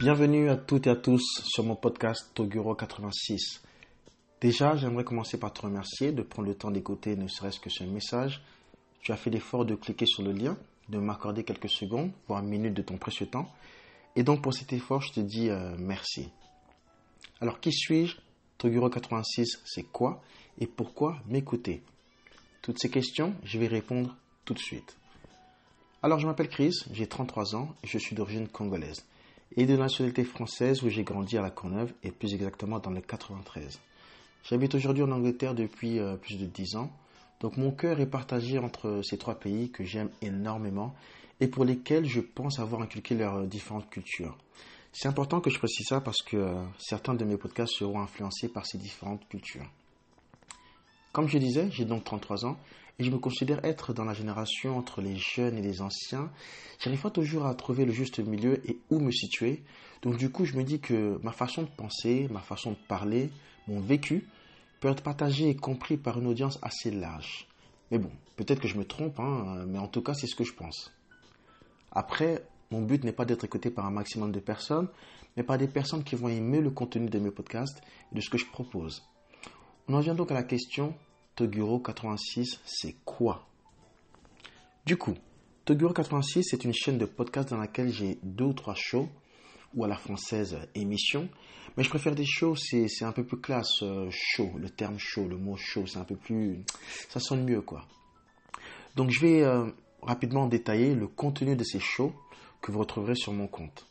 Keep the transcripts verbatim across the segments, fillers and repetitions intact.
Bienvenue à toutes et à tous sur mon podcast Toguro quatre-vingt-six. Déjà, j'aimerais commencer par te remercier de prendre le temps d'écouter ne serait-ce que ce message. Tu as fait l'effort de cliquer sur le lien, de m'accorder quelques secondes, voire minutes de ton précieux temps. Et donc pour cet effort, je te dis euh, merci. Alors qui suis-je? Toguro quatre-vingt-six, c'est quoi? Et pourquoi m'écouter? Toutes ces questions, je vais répondre tout de suite. Alors je m'appelle Chris, j'ai trente-trois ans et je suis d'origine congolaise. Et de nationalité française où j'ai grandi à La Courneuve et plus exactement dans le quatre-vingt-treize. J'habite aujourd'hui en Angleterre depuis euh, plus de dix ans. Donc mon cœur est partagé entre ces trois pays que j'aime énormément et pour lesquels je pense avoir inculqué leurs différentes cultures. C'est important que je précise ça parce que euh, certains de mes podcasts seront influencés par ces différentes cultures. Comme je disais, j'ai donc trente-trois ans et je me considère être dans la génération entre les jeunes et les anciens. J'arrive pas toujours à trouver le juste milieu et où me situer. Donc du coup, je me dis que ma façon de penser, ma façon de parler, mon vécu peut être partagé et compris par une audience assez large. Mais bon, peut-être que je me trompe, hein, mais en tout cas, c'est ce que je pense. Après, mon but n'est pas d'être écouté par un maximum de personnes, mais par des personnes qui vont aimer le contenu de mes podcasts et de ce que je propose. On en vient donc à la question, Toguro quatre-vingt-six, c'est quoi? Du coup, Toguro quatre-vingt-six, c'est une chaîne de podcast dans laquelle j'ai deux ou trois shows, ou à la française émission, mais je préfère des shows, c'est, c'est un peu plus classe, euh, show, le terme show, le mot show, c'est un peu plus, ça sonne mieux quoi. Donc je vais euh, rapidement détailler le contenu de ces shows que vous retrouverez sur mon compte.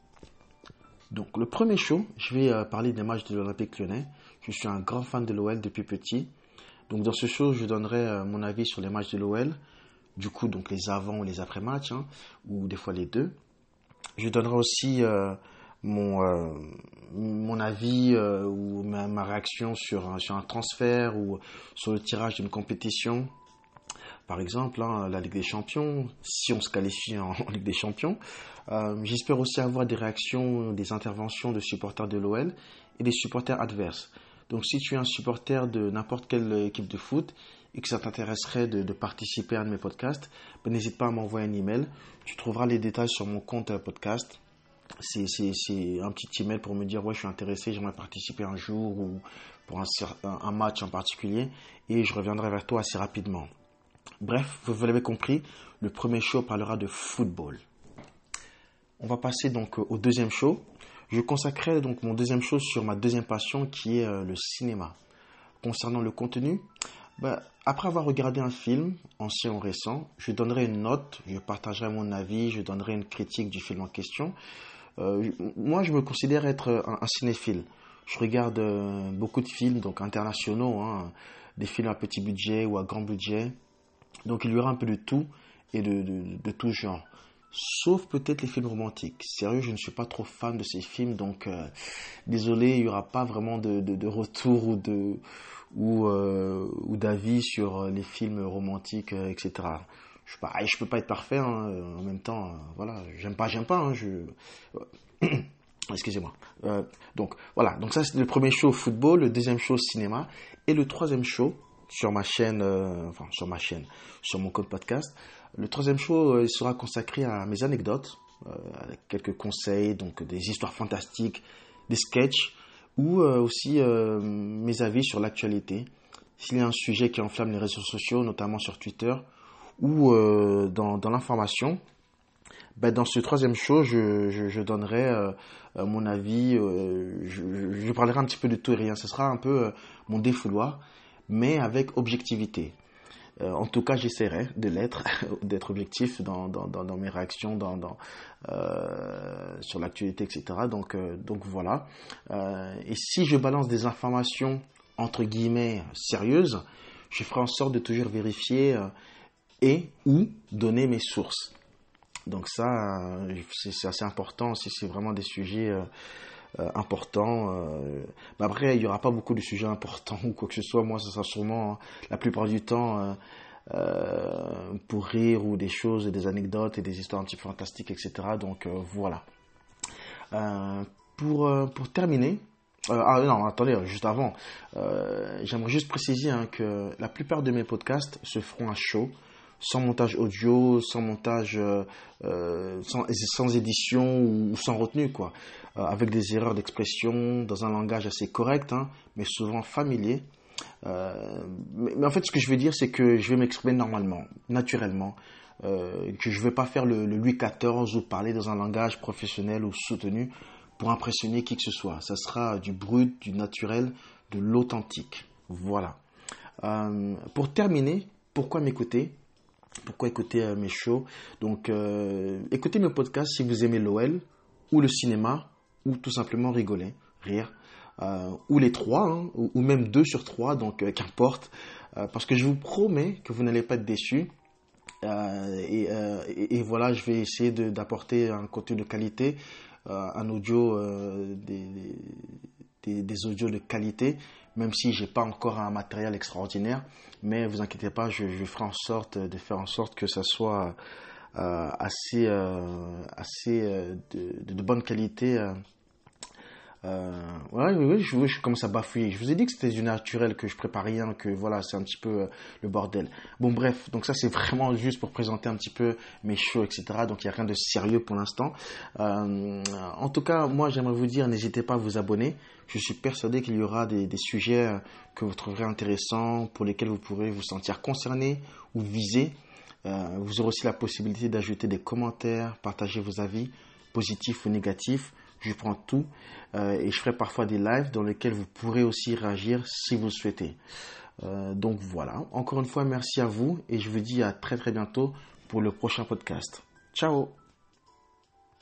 Donc le premier show, je vais euh, parler des matchs de l'Olympique Lyonnais. Je suis un grand fan de l'O L depuis petit. Donc dans ce show, je donnerai euh, mon avis sur les matchs de l'O L. Du coup, donc les avant ou les après-matchs, hein, ou des fois les deux. Je donnerai aussi euh, mon, euh, mon avis euh, ou ma, ma réaction sur un, sur un transfert ou sur le tirage d'une compétition. Par exemple, hein, la Ligue des Champions, si on se qualifie en, en Ligue des Champions. Euh, j'espère aussi avoir des réactions, des interventions de supporters de l'O L et des supporters adverses. Donc si tu es un supporter de n'importe quelle équipe de foot et que ça t'intéresserait de, de participer à un de mes podcasts, ben, n'hésite pas à m'envoyer un email. Tu trouveras les détails sur mon compte podcast. C'est, c'est, c'est un petit email pour me dire ouais je suis intéressé, j'aimerais participer un jour ou pour un, un match en particulier et je reviendrai vers toi assez rapidement. Bref, vous l'avez compris, le premier show parlera de football. On va passer donc au deuxième show. Je consacrerai donc mon deuxième show sur ma deuxième passion qui est euh, le cinéma. Concernant le contenu, bah, après avoir regardé un film, ancien ou récent, je donnerai une note, je partagerai mon avis, je donnerai une critique du film en question. Euh, moi, je me considère être un, un cinéphile. Je regarde euh, beaucoup de films donc internationaux, hein, des films à petit budget ou à grand budget. Donc il y aura un peu de tout et de, de, de tout genre. Sauf peut-être les films romantiques. Sérieux, je ne suis pas trop fan de ces films, donc euh, désolé, il n'y aura pas vraiment de, de, de retour ou, de, ou, euh, ou d'avis sur les films romantiques, euh, et cetera. Je ne peux pas être parfait, hein, en même temps, euh, voilà, j'aime pas, j'aime pas, hein, je... Excusez-moi. Euh, donc voilà, donc ça c'est le premier show football, le deuxième show cinéma, et le troisième show sur ma chaîne, euh, enfin sur ma chaîne, sur mon compte podcast. Le troisième show euh, sera consacré à mes anecdotes, euh, avec quelques conseils, donc des histoires fantastiques, des sketchs, ou euh, aussi euh, mes avis sur l'actualité. S'il y a un sujet qui enflamme les réseaux sociaux, notamment sur Twitter, ou euh, dans, dans l'information, ben dans ce troisième show, je, je, je donnerai euh, mon avis, euh, je, je parlerai un petit peu de tout et rien. Ce sera un peu euh, mon défouloir, mais avec objectivité. Euh, en tout cas, j'essaierai de l'être, d'être objectif dans, dans, dans, dans mes réactions, dans, dans, euh, sur l'actualité, et cetera. Donc, euh, donc voilà. Euh, et si je balance des informations, entre guillemets, sérieuses, je ferai en sorte de toujours vérifier euh, et ou donner mes sources. Donc ça, euh, c'est, c'est assez important si c'est vraiment des sujets... Euh, Euh, important. Euh, mais après, il n'y aura pas beaucoup de sujets importants ou quoi que ce soit. Moi, ce sera sûrement, hein, la plupart du temps, euh, euh, pour rire ou des choses, des anecdotes et des histoires un petit peu fantastiques, et cetera. Donc, euh, voilà. Euh, pour, euh, pour terminer, euh, ah non, attendez, juste avant, euh, j'aimerais juste préciser hein, que la plupart de mes podcasts se feront à chaud, sans montage audio, sans montage, euh, euh, sans, sans édition ou, ou sans retenue, quoi. Euh, avec des erreurs d'expression dans un langage assez correct, hein, mais souvent familier. Euh, mais, mais en fait, ce que je veux dire, c'est que je vais m'exprimer normalement, naturellement, euh, que je ne vais pas faire le, le Louis quatorze ou parler dans un langage professionnel ou soutenu pour impressionner qui que ce soit. Ça sera du brut, du naturel, de l'authentique. Voilà. Euh, pour terminer, pourquoi m'écouter? Pourquoi écouter euh, mes shows? Donc, euh, écoutez mes podcasts si vous aimez l'O L ou le cinéma ou tout simplement rigoler, rire. Euh, ou les trois, hein, ou, ou même deux sur trois, donc euh, qu'importe. Euh, parce que je vous promets que vous n'allez pas être déçus. Euh, et, euh, et, et voilà, je vais essayer de, d'apporter un contenu de qualité, euh, un audio, euh, des, des, des audios de qualité, même si j'ai pas encore un matériel extraordinaire. Mais vous inquiétez pas, je, je ferai en sorte de faire en sorte que ça soit euh, assez, euh, assez euh, de, de, de bonne qualité. Euh, Euh, ouais, oui, oui, je, je commence à bafouiller. Je vous ai dit que c'était du naturel, que je prépare rien, que voilà, c'est un petit peu euh, le bordel. Bon, bref, donc ça c'est vraiment juste pour présenter un petit peu mes shows, et cetera. Donc il n'y a rien de sérieux pour l'instant. Euh, en tout cas, moi j'aimerais vous dire, n'hésitez pas à vous abonner. Je suis persuadé qu'il y aura des, des sujets que vous trouverez intéressants, pour lesquels vous pourrez vous sentir concerné ou visé. Euh, vous aurez aussi la possibilité d'ajouter des commentaires, partager vos avis, positifs ou négatifs. Je prends tout euh, et je ferai parfois des lives dans lesquels vous pourrez aussi réagir si vous le souhaitez. Euh, donc voilà, encore une fois, merci à vous et je vous dis à très très bientôt pour le prochain podcast. Ciao!